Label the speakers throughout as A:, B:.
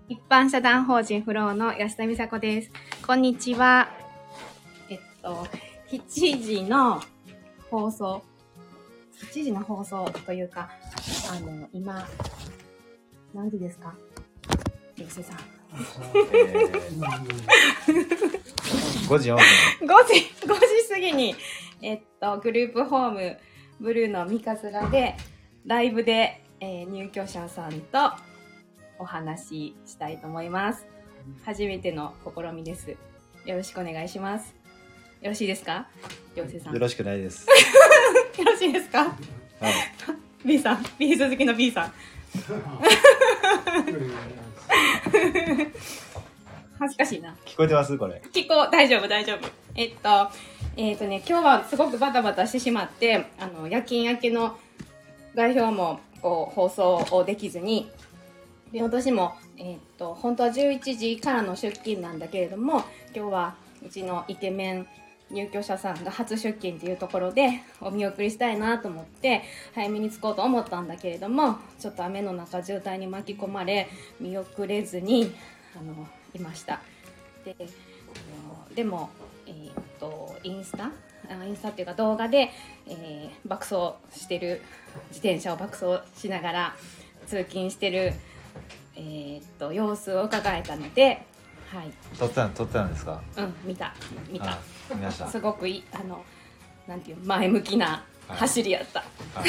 A: 一般社団法人フローの安田美佐子です。こんにちは。7時の放送というか、今、何時ですか？ゆうせさん。
B: 5時4分。
A: 5時過ぎに、グループホームブルーの三日面で、ライブで、入居者さんとお話ししたいと思います。初めての試みです。よろしくお願いします。よろしいですか？陽生さん。
B: よろしくないです。
A: よろしいですか？はい。B さん、ビーズ好きの B さん。恥ずかしいな。
B: 聞こえてますこれ？
A: 大丈夫。今日はすごくバタバタしてしまって、夜勤明けの代表もこう放送をできずに、で私も、本当は11時からの出勤なんだけれども、今日はうちのイケメン入居者さんが初出勤というところでお見送りしたいなと思って早めに着こうと思ったんだけれども、ちょっと雨の中渋滞に巻き込まれ見送れずにいました。でも、インスタっていうか動画で、爆走してる自転車を爆走しながら通勤してる、様子を伺えたので、はい。
B: 撮ったんですか？
A: うん、見た。
B: 見ました。
A: すごくいいなんていう前向きな走りやった。はい、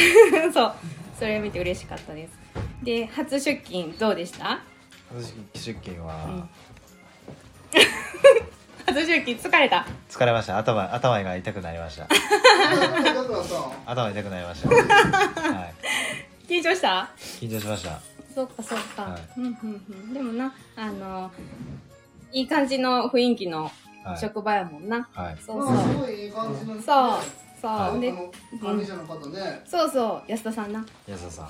A: そう、それを見て嬉しかったです。で、初出勤どうでした？
B: 初出勤は、
A: 初出勤疲れた？
B: 疲れました。頭が痛くなりました。頭痛くなりました。はい。
A: 緊張した？
B: 緊張しました。
A: そっか、はい、でもいい感じの雰囲気の職場やもんな。
B: はい。
C: そう。すごいいい感じの。そう。
A: はい、
C: で、管理者の方ね。
A: そう安田さんな。
B: 安田さん。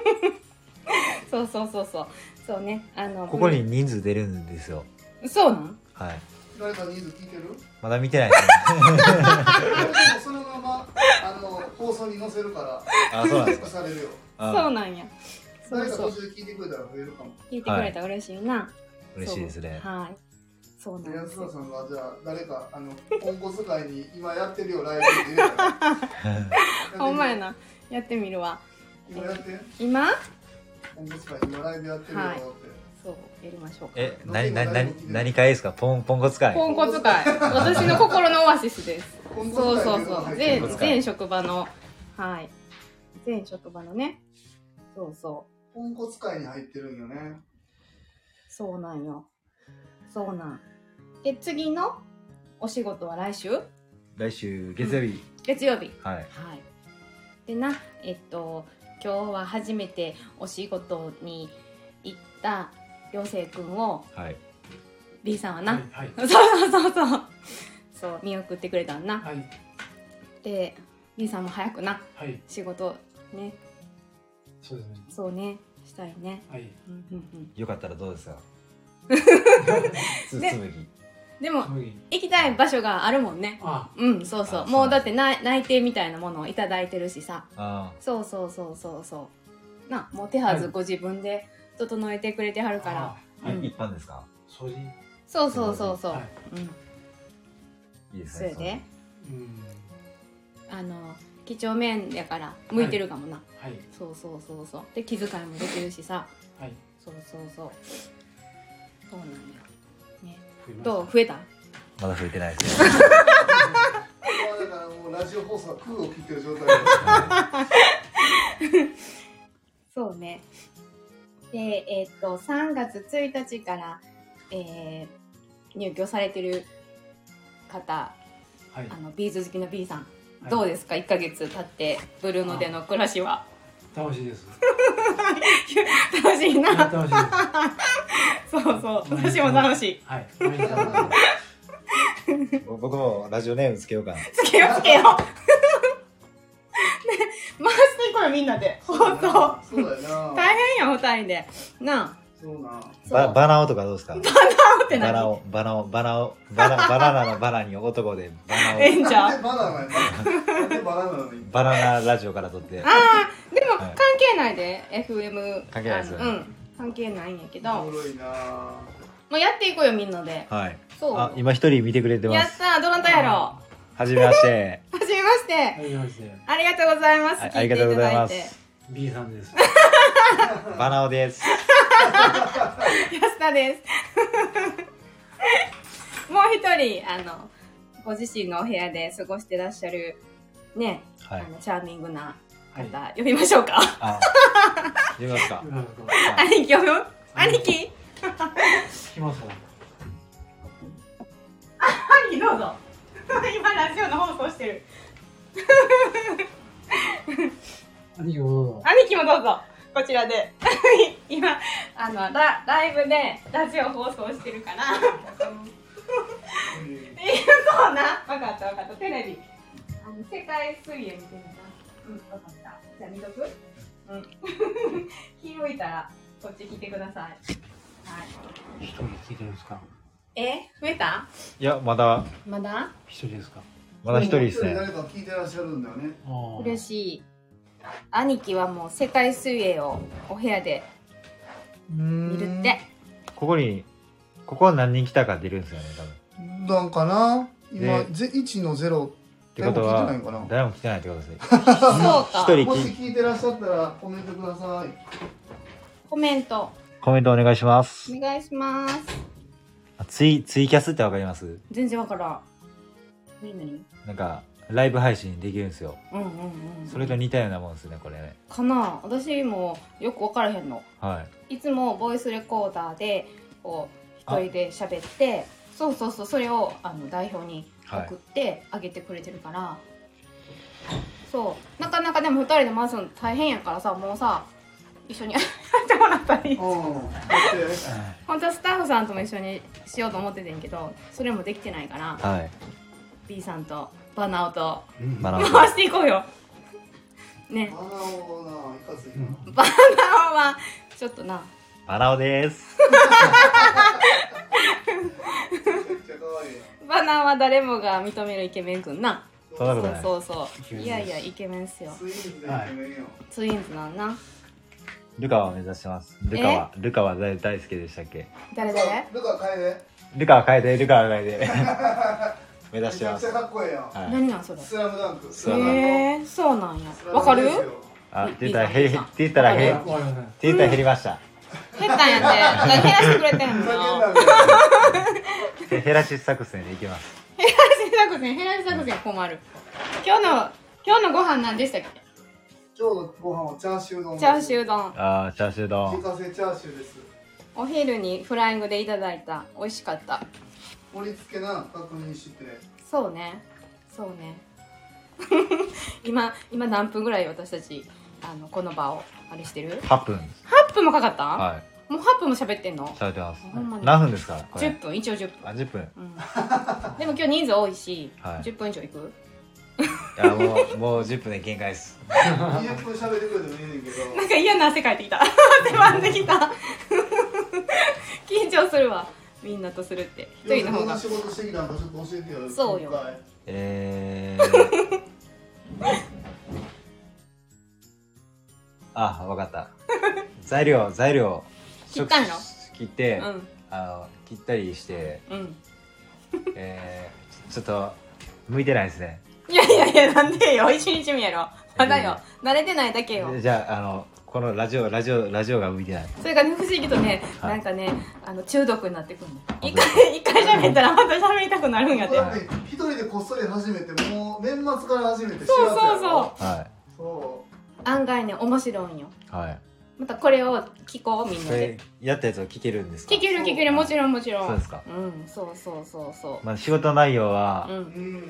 A: そうね。
B: ここに人数出るんですよ。
A: そうなん？
B: はい。
C: 誰か人数聞いてる？
B: まだ見てないですね。
C: そのまま放送に載せるから。
B: あ、そうなんですか。
C: されるよ。
A: そうなんや。
C: 誰か途中で聞いてくれたら増えるかも。
A: 聞いてくれたら嬉しいな。
B: 嬉しいですね。
A: はい。そうなんです。
C: 安田さんがじゃあ誰かポンコツ会に今やってるよライブで入れたら。
A: ほんまやな。やってみるわ。
C: 今やって。
A: 今？
C: ポンコツ会今ライブやってるよって。
A: そうやりましょ
B: う。何会ですか？ポンコツ会。
A: ポンコツ会。私の心のオアシスです。そう。全職場の全職場のね。そう。
C: ポンコツ会に入ってるんよね。
A: そうなんよ。そうなん。で、次のお仕事は来週
B: 月曜日。
A: 月曜日。
B: はい。
A: でな、今日は初めてお仕事に行った陽生くんを、
B: はい。
A: B さんはな、
D: はい。
A: そう見送ってくれたんな。
D: はい。
A: で、B さんも早くな、
D: はい。
A: 仕事ね。
D: そうですね。
A: そうね、したいね。
D: はい。
B: よかったらどうですか？
A: でも行きたい場所があるもんね。そう。もうだって内定みたいなものをいただいてるしさ。そうな、もう手はずご自分で整えてくれてはるから。
B: 一般ですか？
D: 掃除。
A: そう。
B: いいですね。
A: それで几帳面やから向いてるかもな。
D: はい。
A: そうで気遣いもできるしさ。
D: はい。
A: そうなんよね。どう増えた？
B: まだ増えてないですね。
C: だからもうラジオ放送は空を切ってる状態で。
A: そうね。で、3月1日から、入居されてる方、ビーズ好きの B さん、どうですか？1ヶ月経ってブルーノでの暮らしは。
D: 楽しいです。
A: 楽しいな。
D: 楽しいです。
A: そう私も楽しい。
D: はい。
B: 僕もラジオネームつけようかな。
A: つけよう。ね、回していこうよみんなで。
C: そうだよな。
A: 大変や2人で。なあ。
C: そうな。
B: バナオとかどうですか？
A: バナオ
B: バナナのバナに男でバナオ。
A: えんちゃう？
C: バナナ
B: ラジオから撮って。
A: でも関係ないで FM。
B: 関係ないですよね。
A: 関係ないんやけ
C: お
A: ど、
C: もろいな。
A: もうやっていこうよみんなで。
B: はい。
A: そう。
B: あ、今一人見てくれてます。
A: やったー、どなたやろ
B: はじめまして。
A: はじめまして。
D: はい、まして。
A: ありがとうございます。
B: ありがとうございます
D: B さんです。
B: バナオです。
A: 安田です。もう一人、ご自身のお部屋で過ごしてらっしゃる、ね、
B: はい。
A: チャーミングな
D: はい。
A: 方、呼びましょうか。
B: あ、見ますか。
D: なるほど。
A: 兄貴呼ぶ？兄貴？
D: 聞きますか。
A: 兄貴どうぞ。今ラジオの放送してる。
D: 兄貴もどうぞ。
A: 兄貴もどうぞ。こちらで。今、ライブでラジオ放送してるから。そうな。わかったわかった。テレビ。世界水泳見てるな。うん、わかった。じゃあ見とく？うん。気向いたら、こっち来てください。はい。
D: 一人聞いてるんですか。
A: 増えた？
B: いや、まだ
A: まだ？
D: 一人ですか。
B: まだ一人ですね。
C: 誰か聞いてらっしゃるんだよね。
A: 嬉しい。兄貴はもう世界水泳をお部屋で見るって。
B: ここは何人来たか出るんですよね、多分。
C: なんかな。今
B: で
C: 1の0
B: ってこと
C: 誰も聞いてない
B: は
C: んかな。
B: 誰も来てないってことですね。
A: そうか。
B: 一人
C: もし聞いてらっしゃったらコメントください。
A: コメント
B: コメントお願いします
A: お。願いします。
B: ツイキャスってわかります？
A: 全然わからん。何？
B: なんかライブ配信できるんですよ。
A: うんうんうん。
B: それと似たようなもんですね、これね。
A: かな。私もよくわからへんの。
B: はい
A: つもボイスレコーダーでこう一人で喋って、そうそれを代表に送ってあげてくれてるから、そうなかなかでも2人で回すの大変やからさ、もうさ一緒にやってもらったり。本当はスタッフさんとも一緒にしようと思っててんけど、それもできてないから
B: い。はい。
A: B さんとバナオと
B: バナオ
A: 回していこうよ。ね、
C: バナオな、いかついな。
A: バナオはちょっとな。
B: バナオです。
C: めちゃくちゃ可愛い。
A: バナオは誰もが認めるイケメンくんな。
B: そんなことない。
A: そういやいやイケメンっすよ。
C: スイーツでイケメンよ。
A: ツインズなんな。
B: ルカワを目指してます。ルカは大好きでしたっけ？
A: 誰？
C: ルカ楓。
B: ルカは変えて、ルカは変えて。目指してます。
C: めちゃくちゃかっこいいやん。
B: はい。
A: 何なんそれ。
C: スラムダンク。
B: スラムダンク
A: そうなんや。わかる？
B: あ、って言ったら減りました。
A: 減ったんやって。だから減らしてくれてんの。
B: 減らし作戦でいきます。
A: 減らし作戦困る。今日のご飯何でしたっけ？
C: 今日のご飯はチャーシュー丼。
A: チャーシュー丼。
B: あー、チャーシュー丼。
C: 自家製チャーシューです。
A: お昼にフライングでいただいた。美味しかった。
C: 盛り付けな、確認してね。
A: そうね。今何分ぐらい私たちこの場をあれしてる
B: 8分。
A: ？8分もかかった？
B: はい。
A: もう8分も喋ってんの
B: 食べてます。
A: ほんまに
B: 何分ですかこれ？
A: ？10分、一応10分。
B: あ、10分。
A: うんでも今日人数多いし、
B: はい
A: 10分以上いく？
B: いや、もう10分で限界です。
C: 20分喋ってくれてもいいねんけど。
A: なんか嫌な汗かいてきた。汗ばんできた。緊張するわ。みんなとするって。一人の方が。
C: どんな仕事してきたのかちょっと教えてよ。
A: そうよ
B: あ、わかった。材料
A: 切ったんやろ？
B: 切って、
A: うん
B: 切ったりして、
A: うん。
B: ちょっと向いてないですね。
A: いやなんでよ。一日目やろ。まだよ。慣れてないだけよ。
B: じゃあこのラジオが向いてない。
A: それがね不思議とね、
B: はい
A: なんかね中毒になってくるの。
B: あ
A: 一回喋ったらまた喋りたくなるんやで。
C: だって一人でこっそり始めてもう年末から始めて4月
A: そう
C: やろ。
B: は
C: そ
A: 案外ね面白いんよ。
B: い。はい。
A: またこれを聞こうみんな
B: これ
A: で。
B: やったやつを聞けるんですか？
A: 聞けるもちろん。
B: そうですか。
A: うん、そう。
B: まあ仕事内容は、
A: うん。
C: う。うん。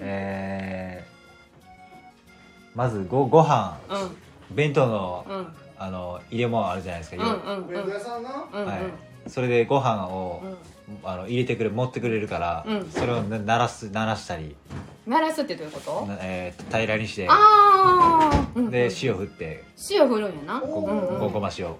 B: まずご飯、
A: うん。
B: 弁当の
A: うん。
B: 入れ物あるじゃないですか。
A: うん。
C: お弁当屋さんな。
B: はい。それでご飯を、入れて持ってくれるから、
A: うん
B: それを鳴らしたり、
A: 鳴らすってどういうこと？
B: 平らにして、
A: ああ。
B: で塩振って、
A: 塩振るんやな。
C: お
B: ごま塩。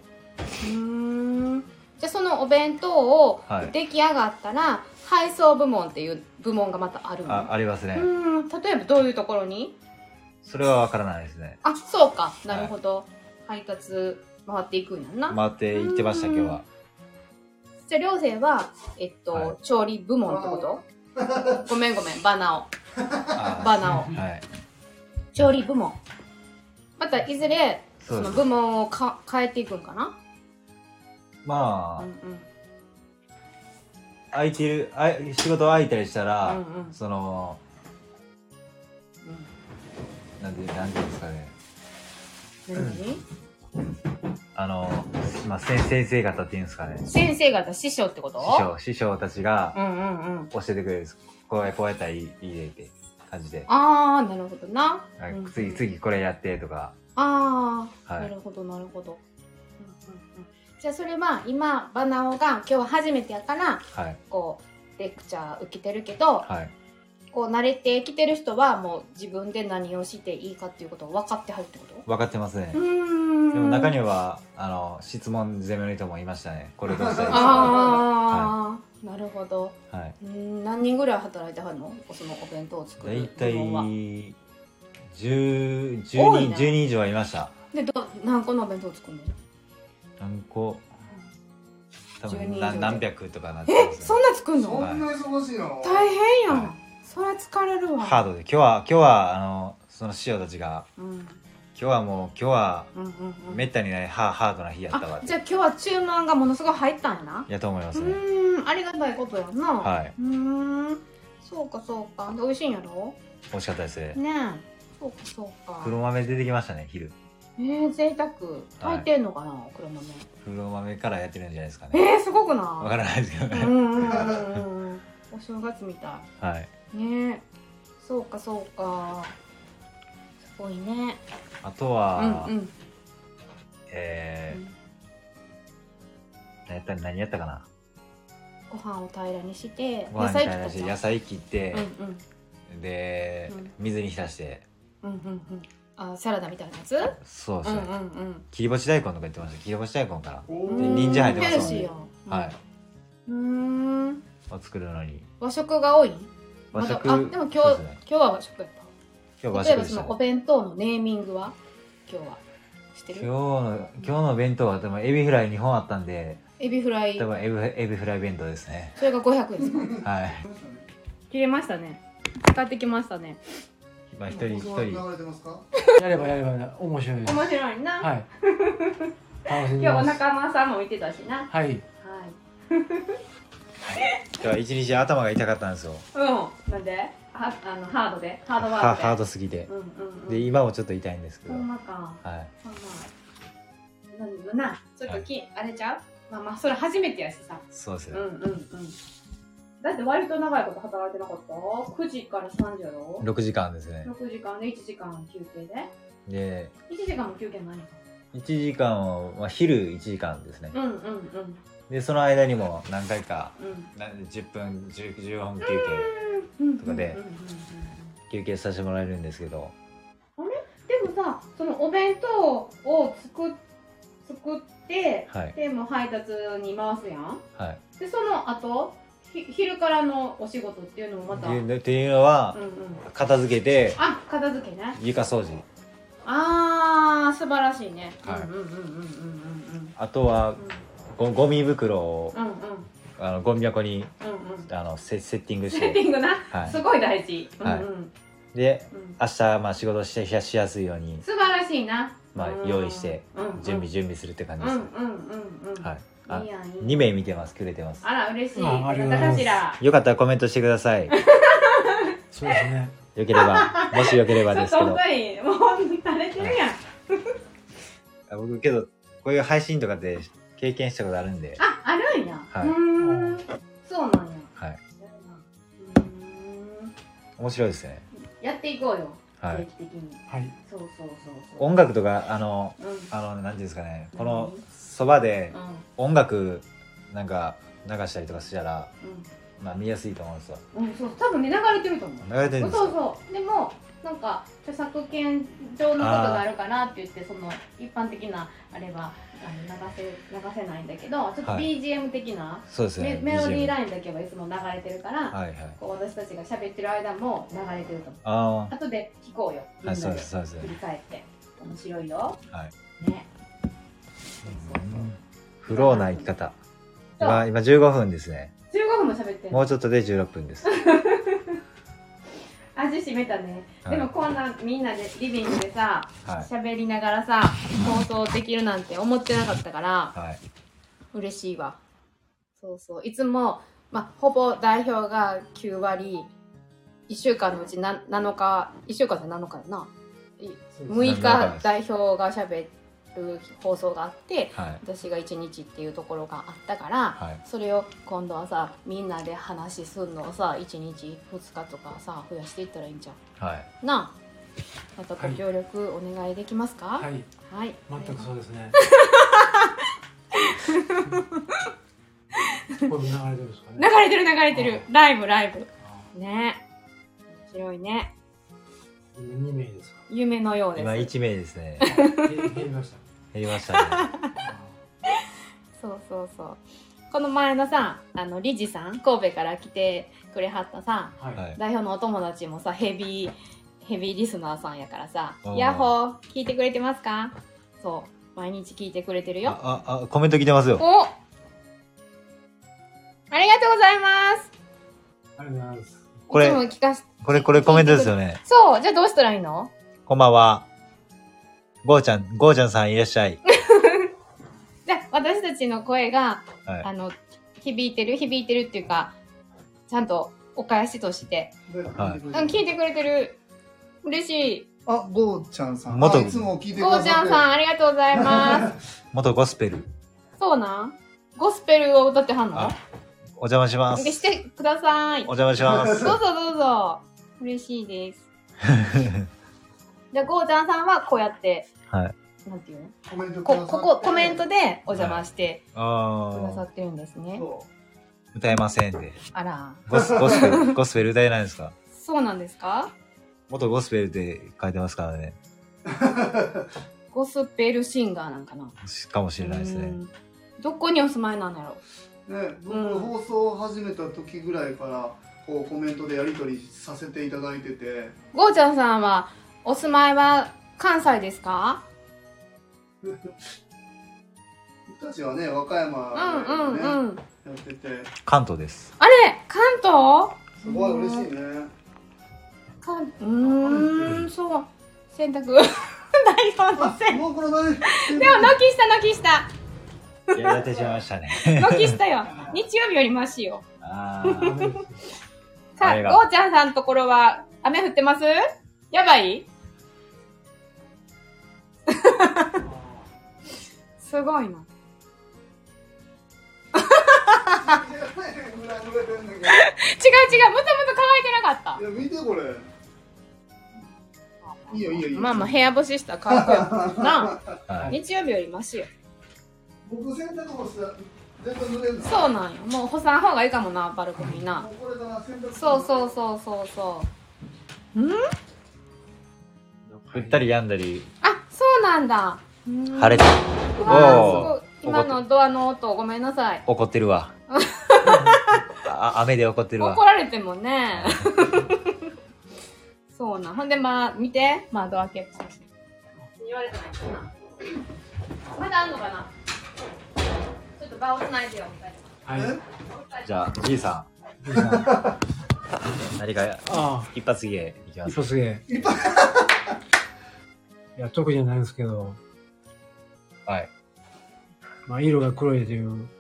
A: じゃあそのお弁当を
B: はい
A: 出来上がったら配送部門っていう部門がまたあるの？
B: ありますね。
A: 例えばどういうところに？
B: それはわからないですね。
A: あ、そうか。なるほど。配達回っていくんやんな。
B: 回って行ってました今日は。
A: じゃあ寮生は
B: はい
A: 調理部門ってことごめんバナを
B: はい
A: 調理部門またいずれ
B: そうです
A: その部門を変えていくんかな。
B: まあ、
A: うん
B: 空いてる仕事空いたりしたら、
A: うんうん
B: そのなんていうんですかね、まあ先生方っていうんですかね、
A: 先生方師匠ってこと
B: 師匠たちが
A: うんうんうん。
B: 教えてくれるんです。こうやったらいいねって感じで、
A: ああなるほどな。
B: はい
A: うん
B: 次これやってとか。
A: ああ、
B: はい
A: なるほど。じゃあそれは今バナオが今日は初めてやから
B: はい
A: こうレクチャー受けてるけど、
B: はい
A: こう慣れてきてる人はもう自分で何をしていいかっていうことを分かってはるってこと
B: 分かってますね。
A: うーん
B: でも中には質問攻めの人もいましたね。これどうしたらいいですか。
A: ああ、なるほど。
B: はい
A: 何人ぐらい働いてはるのそのお弁当を作る
B: だいたい
A: 部門は。
B: 10
A: 多いね
B: 人以上はいました。
A: で何個のお弁当を作るの
B: 何個多
A: 10人
B: 分
A: 以上で
B: 何百とかなってますね。
A: そんな作るの
C: そんな忙しいの？
A: 大変やん、
B: はい
A: そりゃ疲れるわ。
B: ハードで今日はその師匠たちが
A: うん
B: 今日は
A: うんうんうん
B: めったにないハードな日やったわって
A: あじゃあ今日は注文がものすごい入ったんやな。
B: やと思いますね。
A: ありがたいことやな。
B: はい
A: そうかで美味しいんやろ
B: 美味しかったですね。
A: ねえそうか
B: 黒豆出てきましたね昼。
A: 贅沢炊いてんのかな、黒豆。
B: 黒豆からやってるんじゃないですかね。
A: すごく
B: わか
A: な
B: らないですけどね。
A: お正月みた
B: はい。
A: いね。そうかすごいね。
B: あとは、
A: うん
B: 何やったかな。
A: ご飯を平らにして
B: ご飯に対して野菜切って、
A: うん
B: で、
A: うん
B: 水に浸して、
A: あサラダみたいなやつ。
B: そうですね。
A: うん
B: 切り干し大根とか言ってました。切り干し大根から
C: お
B: で
C: ー
B: 人参入ってますもんね
A: ヘルシーやん。
B: はいを作るのに
A: 和食が多い。
B: 和食。
A: まだでも今
B: そうですね
A: 日は和食やった。
B: 今日和
A: 例えば
B: 食でしたね。
A: そのお弁当のネーミングは今日はしてる？
B: 今日の弁当はでもエビフライ2本あったんで、
A: エビフライ
B: 多分エビフライ弁当ですね。
A: それが500円ですか？
B: はい。
A: 切れましたね。使ってきましたね。
B: まあ一人
C: 流れてますか？
D: やれば面白いです。
A: 面白いな。
D: はい。楽しん
A: 今日お
D: でます。
A: 仲間さんもいてたしな。は
D: はい。
A: い。
B: 今日は一日頭が痛かったんですよ。
A: なんで？ハードでハードワークで。
B: ハードすぎて。で
A: で
B: 今もちょっと痛いんですけど。
A: ほん
B: は
A: まか。
B: い。
A: ちょっとあれちゃう？まあそれ初めてやしさ。
B: そうですね。
A: だって割と長いこと働いてなかった？ 9 時から3時やろ
B: 6時間ですね。
A: 6時間で1時間休憩で
B: で
A: 1時間も休憩ないのか。
B: 1時間を、まあ、昼1時間ですね。
A: うん
B: でその間にも何回か
A: うん
B: 10分15分休
A: うん
B: とかで休憩させてもらえるんですけど、
A: でもさそのお弁当を作って
B: はい
A: でもう配達に回すやん。
B: はい。
A: でその後昼からのお仕事っていうのもまた
B: っていうのは片付けて
A: あ片付けね。
B: 床掃除、
A: あー素晴らしいね。
B: はい
A: うん
B: あとはゴミ袋を
A: うん
B: ゴミ箱にセッティングし
A: セッテ
B: て、
A: ィングな、
B: はい
A: すごい大事。
B: はいで明日まあ仕事しやすいように
A: 素晴らしいな。
B: まあ用意して準備するって感じです。はい。あ、2名見てます。くれてます。
A: あら嬉しい。
D: あありがとうございます
A: だかしら。
B: よかったらコメントしてください。
D: そうですね。
B: よければ、もしよければですけど
A: ちょっと。二人もう慣れてるやん。
B: 僕けどこういう配信とかで経験したことあるんで、
A: あるんや。
B: はい
A: そうなんや。
B: はい。
A: うーん
B: 面白いですね。
A: やっていこうよ。
B: はい
A: 定期的に。
D: はい。
A: そう。
B: 音楽とか
A: うん
B: なんていうんですかね、このそばで
A: うん
B: 音楽なんか流したりとかしたら、まあ見やすいと思うんですよ。
A: そう多分ね流れてると思う。
B: 流れてるんですか。
A: そうでもなんか著作権上のことがあるかなって言ってその一般的なあれは流せないんだけどちょっと
B: はい
A: BGM 的な、
B: そうですね。
A: メロディー
B: BGM
A: ラインだけはいつも流れてるから、
B: はいはい。
A: こう私たちが喋ってる間も流れてると思う。
B: あ
A: 後で聞こうよ。
B: あ、はい、そう
A: みんなで
B: ですそうです
A: 振り返って面白いよ。
B: はい。
A: ね。
B: フローな生き方。今15分ですね。
A: 15分も喋ってんの。
B: もうちょっとで16分です。
A: 味しめたね。
B: はい
A: でもこんなみんなでリビングでさ、
B: はい
A: 喋りながらさ、放送できるなんて思ってなかったから、
B: はい。
A: 嬉しいわ。そうそう。いつも、ほぼ代表が9割、1週間のうち7日、1週間で7日やな。6日代表が喋る放送があって、
B: はい。
A: 私が1日っていうところがあったから、
B: はい。
A: それを今度はさ、みんなで話すんのをさ、1日2日とかさ、増やしていったらいいんじゃん。
B: はい。
A: なあ、またご協力お願いできますか？
D: はい、
A: はい。
D: 全くそうですね。これ流れてるんですかね。
A: 流れてる。ライブ。ね。面白いね。
D: 2名ですか。
A: 夢のようです。
B: 今1名ですね。
D: 減りました。
B: 減りましたね。
A: そう。この前のさ、理事さん、神戸から来てくれはったさ、
D: はい。
B: はい。
A: 代表のお友達もさ、ヘビーリスナーさんやからさ、
B: あー
A: ヤッホー、聞いてくれてますか？そう、毎日聞いてくれてるよ。
B: コメント来てますよ。
A: お、ありがとうございます。
D: ありがとうございます。
B: これ
A: いつも聞かし
B: これコメントですよね。
A: そう、じゃあどうしたらいいの？
B: こんばんは。ゴーちゃんさんいらっしゃい。
A: じゃあ私たちの声が、
B: はい。
A: 響いてるっていうか、ちゃんとお返しとして、
B: はい
A: 聞いてくれてる。嬉しい。
C: あ、ゴーちゃんさん。
B: 元
C: いつも聞いてく
A: ゴー
C: ださって
A: ちゃんさん、ありがとうございます。
B: 元ゴスペル。
A: そうなんゴスペルを歌ってはんの？
B: あお邪魔します。
A: してください。
B: お邪魔します。
A: どうぞ。嬉しいです。じゃあ、ゴーちゃんさんはこうやって、
B: はい。
A: なんていうの？
C: コメントく
A: こ
C: ださって
A: こコメントでお邪魔してくだ
B: あ
A: さってるんですね。
C: そ
B: 歌えませんで。
A: あら、
B: ゴスペル歌えないんですか？
A: そうなんですか？
B: 元ゴスペルって書いてますからね。
A: ゴスペルシンガーなんかな？
B: かもしれないですね。
A: うん。どこにお住まいなんだろう？
C: ね、僕放送を始めた時ぐらいからこうコメントでやり取りさせていただいてて、
A: ゴーちゃんさんは、お住まいは関西ですか？
C: 僕たちはね和歌山でね、やってて
B: 関東です。
A: あれ関東？
C: すごい嬉しいね。
A: そう。洗濯。代表の洗濯。
C: もうこれ何？
A: でも、軒下。
B: やってしまいましたね。
A: 軒下よ。日曜日よりマシよ。
B: あ
A: さあ、
B: 雨が
A: ゴーちゃんさんのところは、雨降ってます？やばい？すごいな。
C: ぐらい濡れてんねんけど。
A: 違う。もともと乾いてなかった
C: い。や見てこれ。いいよ。
A: まあ部屋干ししたら乾くよ。なあ、
B: はい。
A: 日曜日よりマシよ。
C: 僕洗濯干したら全部濡れるの。
A: そうなんよ。もう干さん方がいいかもな、バルコニーな
C: も。うこれから洗濯。
A: そう。
B: 降ったりやんだり、
A: あ、そうなんだ。
B: 晴れて。
A: うわー
B: おー
A: すごい。今のドアの音ごめんなさい。
B: 怒ってるわ。雨で怒ってるわ
A: 怒。られてもね。そうなん。ほんで見て。窓開けっぱなし。言われてないかな。まだあんのかな？ちょっと場をつないでよ、
D: はい。
B: じゃあ、じいさん。何か一発芸いきます。
D: 一発芸。いや、特にはないんですけど、
B: はい。
D: 色が黒いという、なんか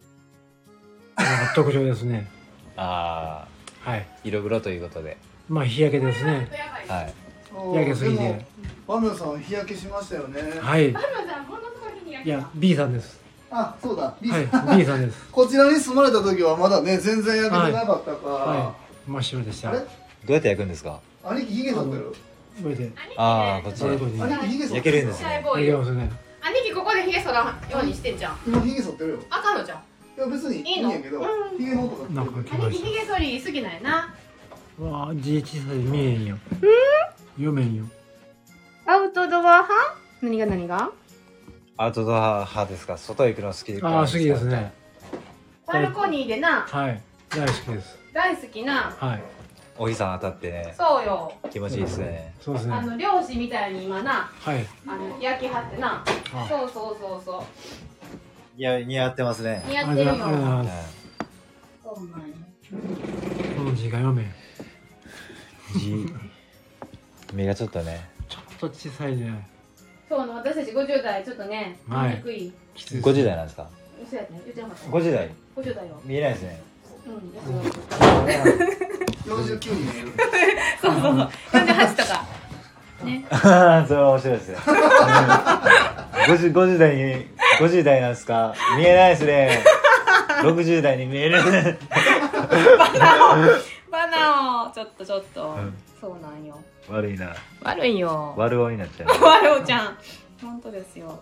D: 特徴ですね。
B: あ
D: はい。
B: ー、色黒ということで。
D: 日焼けですね。
B: はい。
D: 日焼けすぎて。
C: バムさん日焼けしましたよね。
D: はい。
A: バルマさん、ほんの少しに焼
D: いや、B さんです。
C: あ、そうだ。
D: はい、B さんです。
C: こちらに住まれた時はまだね全然焼けてなかったから。
D: はい。真っ白でした。
C: あれ？
B: どうやって焼くんですか？
C: 兄貴ヒゲ剃ってる。
D: これで、
B: あー、こっち
D: これで
C: 兄貴ヒゲ剃って
B: 焼けるんですね。
D: 焼けますね。
A: 兄貴ここでヒゲ剃らんようにしてんじゃん。
C: 今ヒゲ剃ってるよ。
A: 赤のじゃん。
C: いや別にいいんやけど、
A: うん
C: ヒゲの音が
D: なんか来
A: 兄
D: まし
A: 貴ヒゲ剃り好きなんやな。
D: た。わあ、字小さいで見えへんよ。読めんよ。
A: アウトドア派？何が？
B: アウトドア派ですか？外行くの好きですか？
D: ああ、好きですね。
A: バルコニーでな、
D: はい。大好きです。
A: 大好きな。
D: はい。
B: お日さん当たってね、
A: そうよ。
B: 気持ちいいですね。
D: そうですね。
A: 漁師みたいに今な、
D: はい。
A: 焼きはってな。
D: あ
A: そうそうそうそう。
B: いや、似合ってますね。
A: 似合ってるよ。
D: ありがとうござい
B: は
D: ます。
A: そうなんよ。
D: この字が読めん。
B: い字目がちょっとね、
D: ちょっと小さいね。
A: そうの、私たち50代ちょっとね、
D: はい
A: 見にくい。
D: きついです
B: 50代なんですか？
A: 嘘やったね。言ってなかった。
B: 50代
A: 50代よ。
B: 見えないですね。
A: うん、ですよ。
C: 49に見える。
A: そうそうそう。48とか。ね。
B: それは面白いですね。50代なんですか？見えないですね。60代に見える。
A: バナオちょっと、
B: ん
A: そうなんよ。
B: 悪いな。
A: 悪いよ。
B: 悪男になっちゃう。
A: 悪おちゃん。本当ですよ。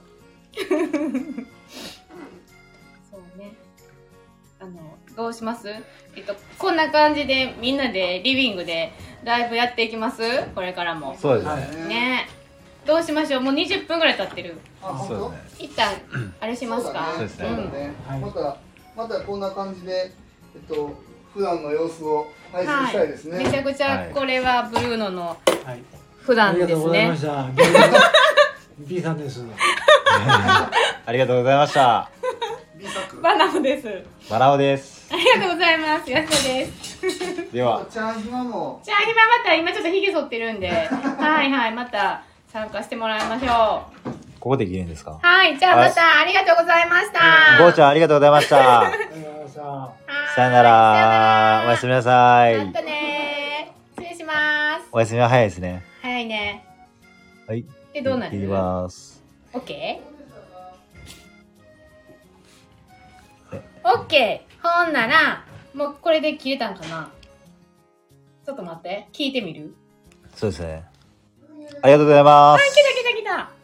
A: そうね。どうします？こんな感じでみんなでリビングでライブやっていきます？これからも。
B: そうですね。
A: ね。どうしましょう？もう20分ぐらい経ってる。
C: あ、本当？
B: そうですね。
A: 一旦あれしますか？
B: そうですね
C: そうだね
D: はい
C: またこんな感じで普段の様子を配信したいですね。
A: めちゃくちゃこれはブルーノの
D: はい。
A: 普段で
D: ありがとうござい
A: すね
D: ま。した。B さんです。
B: ありがとうございました。
C: B 作。
A: バナオです。
B: バラオです。
A: ありがとうございます。安田です。
B: では、
C: チャーヒマも
A: じゃあ今また今ちょっとひげ剃ってるんで、はいはいまた参加してもらいましょう。
B: ここで切るんですか？
A: はい、じゃあまたありがとうございました。
B: ゴーちゃんありがとうございました。
D: ありがとうございました。
A: はい
B: さよなら。おやすみなさい。
A: またねー。失礼します。
B: おやすみは早いですね。
A: 早いね。
B: はい。
A: でどうなる？
B: 切ります。
A: オッケー？オッケー。ほんならもうこれで切れたんかな。ちょっと待って、聞いてみる？
B: そうですね。ありがとうございます。
A: 来た来た来た。